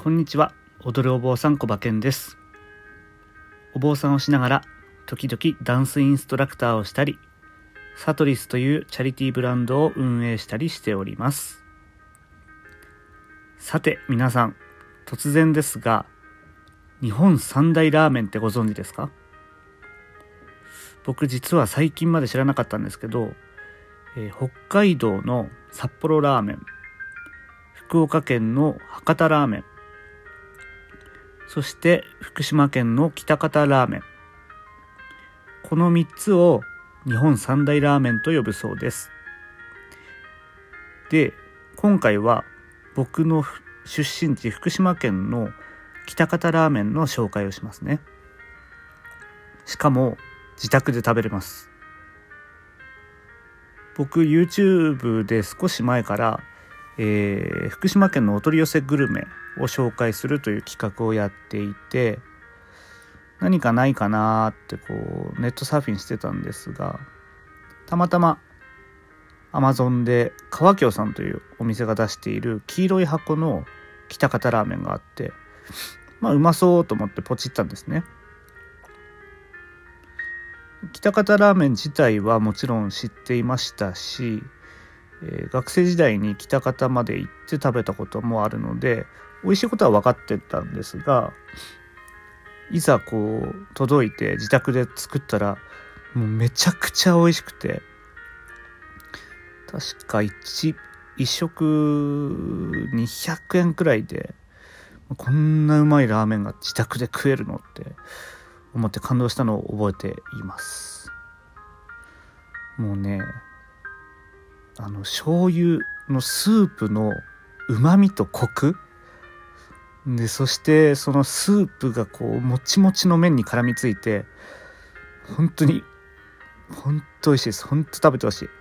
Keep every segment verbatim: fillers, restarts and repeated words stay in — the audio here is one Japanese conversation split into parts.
こんにちは。踊るお坊さんこばけんです。お坊さんをしながら時々ダンスインストラクターをしたり、サトリスというチャリティーブランドを運営したりしております。さて皆さん、突然ですが、日本三大ラーメンってご存知ですか？僕実は最近まで知らなかったんですけど、えー、北海道の札幌ラーメン、福岡県の博多ラーメン、そして福島県の喜多方ラーメン、このみっつを日本三大ラーメンと呼ぶそうです。で、今回は僕の出身地福島県の喜多方ラーメンの紹介をしますね。しかも自宅で食べれます。僕 YouTube で少し前から、えー、福島県のお取り寄せグルメを紹介するという企画をやっていて、何かないかなってこうネットサーフィンしてたんですが、たまたま Amazon で川京さんというお店が出している黄色い箱の喜多方ラーメンがあって、まあうまそうと思ってポチったんですね。喜多方ラーメン自体はもちろん知っていましたし、えー、学生時代に喜多方まで行って食べたこともあるので美味しいことは分かってたんですが、いざこう届いて自宅で作ったらもうめちゃくちゃ美味しくて、確か 1, 一食にひゃくえんくらいでこんなうまいラーメンが自宅で食えるのって思って感動したのを覚えています。もうね、あの醤油のスープの旨味とコクで、そしてそのスープがこうもちもちの麺に絡みついて、本当に本当美味しいです。本当食べてほしい。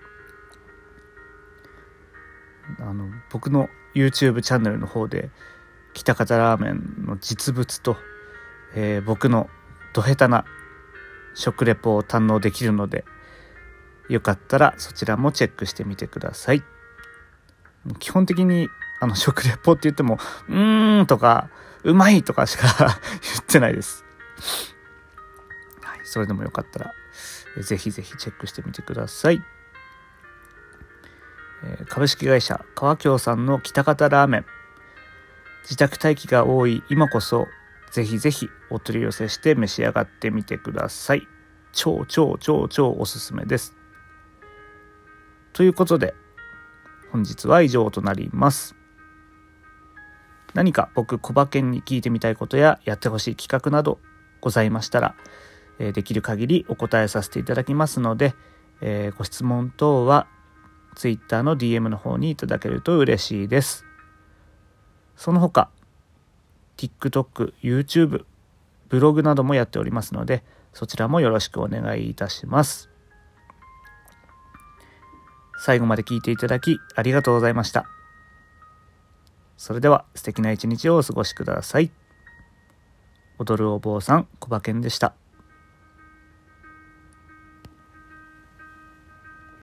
あの僕の YouTube チャンネルの方で喜多方ラーメンの実物と、えー、僕のど下手な食レポを堪能できるので、よかったらそちらもチェックしてみてください。基本的にあの食レポって言ってもうーんとかうまいとかしか言ってないです。はい、それでもよかったらぜひぜひチェックしてみてください。えー、株式会社川京さんの喜多方ラーメン、自宅待機が多い今こそぜひぜひお取り寄せして召し上がってみてください。超超超超おすすめです。ということで本日は以上となります。何か僕こばけんに聞いてみたいことややってほしい企画などございましたら、えー、できる限りお答えさせていただきますので、えー、ご質問等は Twitter の ディーエム の方にいただけると嬉しいです。その他 TikTok、YouTube、ブログなどもやっておりますので、そちらもよろしくお願いいたします。最後まで聞いていただきありがとうございました。それでは素敵な一日をお過ごしください。踊るお坊さんこばけんでした。